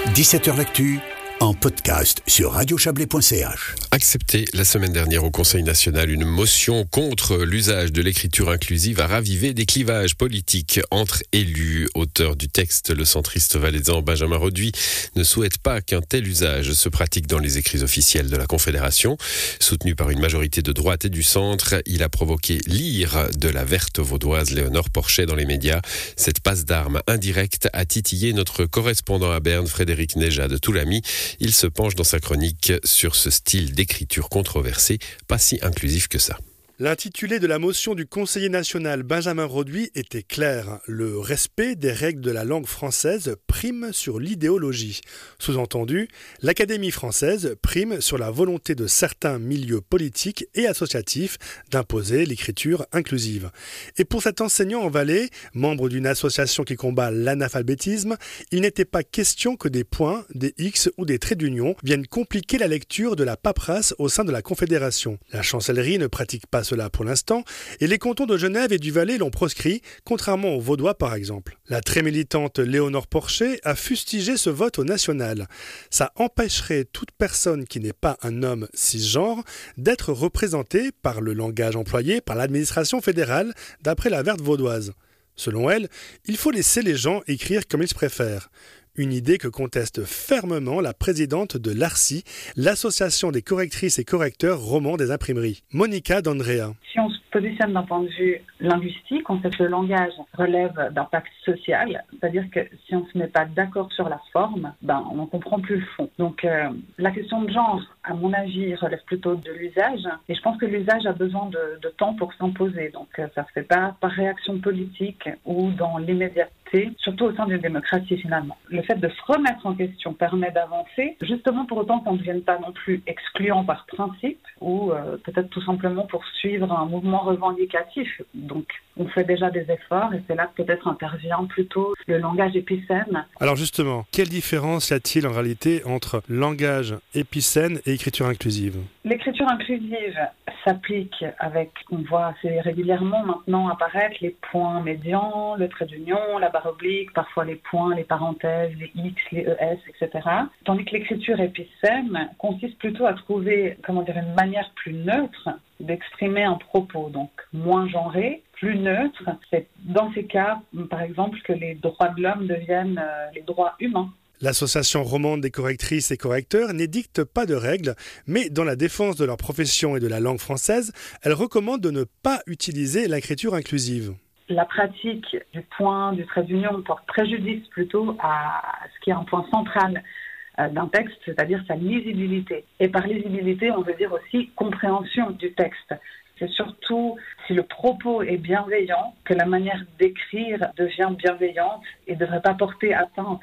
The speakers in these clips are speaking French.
17h L'actu, en podcast sur radiochablais.ch. Accepté la semaine dernière au Conseil national, une motion contre l'usage de l'écriture inclusive a ravivé des clivages politiques entre élus. Auteur du texte, le centriste valaisan Benjamin Roduit ne souhaite pas qu'un tel usage se pratique dans les écrits officiels de la Confédération. Soutenu par une majorité de droite et du centre, il a provoqué l'ire de la verte vaudoise Léonore Porchet dans les médias. Cette passe d'armes indirecte a titillé notre correspondant à Berne, Frédéric Nejad de Toulami. Il se penche dans sa chronique sur ce style d'écriture controversé, pas si inclusif que ça. L'intitulé de la motion du conseiller national Benjamin Roduit était clair. Le respect des règles de la langue française prime sur l'idéologie. Sous-entendu, l'Académie française prime sur la volonté de certains milieux politiques et associatifs d'imposer l'écriture inclusive. Et pour cet enseignant en Valais, membre d'une association qui combat l'analphabétisme, il n'était pas question que des points, des X ou des traits d'union viennent compliquer la lecture de la paperasse au sein de la Confédération. La chancellerie ne pratique pas cela pour l'instant, et les cantons de Genève et du Valais l'ont proscrit, contrairement aux Vaudois par exemple. La très militante Léonore Porchet a fustigé ce vote au national. Ça empêcherait toute personne qui n'est pas un homme cisgenre d'être représentée par le langage employé par l'administration fédérale, d'après la verte vaudoise. Selon elle, il faut laisser les gens écrire comme ils se préfèrent. Une idée que conteste fermement la présidente de l'ARCI, l'association des correctrices et correcteurs romans des imprimeries, Monica D'Andrea. Si on se positionne d'un point de vue linguistique, on sait que le langage relève d'un pacte social, c'est-à-dire que si on ne se met pas d'accord sur la forme, on ne comprend plus le fond. Donc la question de genre, à mon avis, relève plutôt de l'usage, et je pense que l'usage a besoin de temps pour s'imposer. Donc ça ne se fait pas par réaction politique ou dans l'immédiateté, surtout au sein d'une démocratie finalement. Le fait de se remettre en question permet d'avancer, justement pour autant qu'on ne devienne pas non plus excluant par principe, ou peut-être tout simplement pour suivre un mouvement revendicatif. Donc on fait déjà des efforts, et c'est là que peut-être intervient plutôt le langage épicène. Alors justement, quelle différence y a-t-il en réalité entre langage épicène et écriture inclusive ? L'écriture inclusive s'applique avec, on voit assez régulièrement maintenant apparaître les points médians, le trait d'union, la barre oblique, parfois les points, les parenthèses, les X, les ES, etc. Tandis que l'écriture épicène consiste plutôt à trouver, une manière plus neutre d'exprimer un propos, donc moins genré, plus neutre. C'est dans ces cas, par exemple, que les droits de l'homme deviennent les droits humains. L'association romande des correctrices et correcteurs n'édicte pas de règles, mais dans la défense de leur profession et de la langue française, elle recommande de ne pas utiliser l'écriture inclusive. La pratique du point, du trait d'union porte préjudice plutôt à ce qui est un point central d'un texte, c'est-à-dire sa lisibilité. Et par lisibilité, on veut dire aussi compréhension du texte. C'est surtout si le propos est bienveillant que la manière d'écrire devient bienveillante et ne devrait pas porter atteinte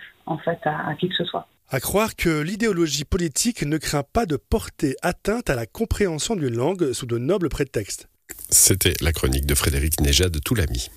à qui que ce soit. À croire que l'idéologie politique ne craint pas de porter atteinte à la compréhension d'une langue sous de nobles prétextes. C'était la chronique de Frédéric Nejad de Toulami.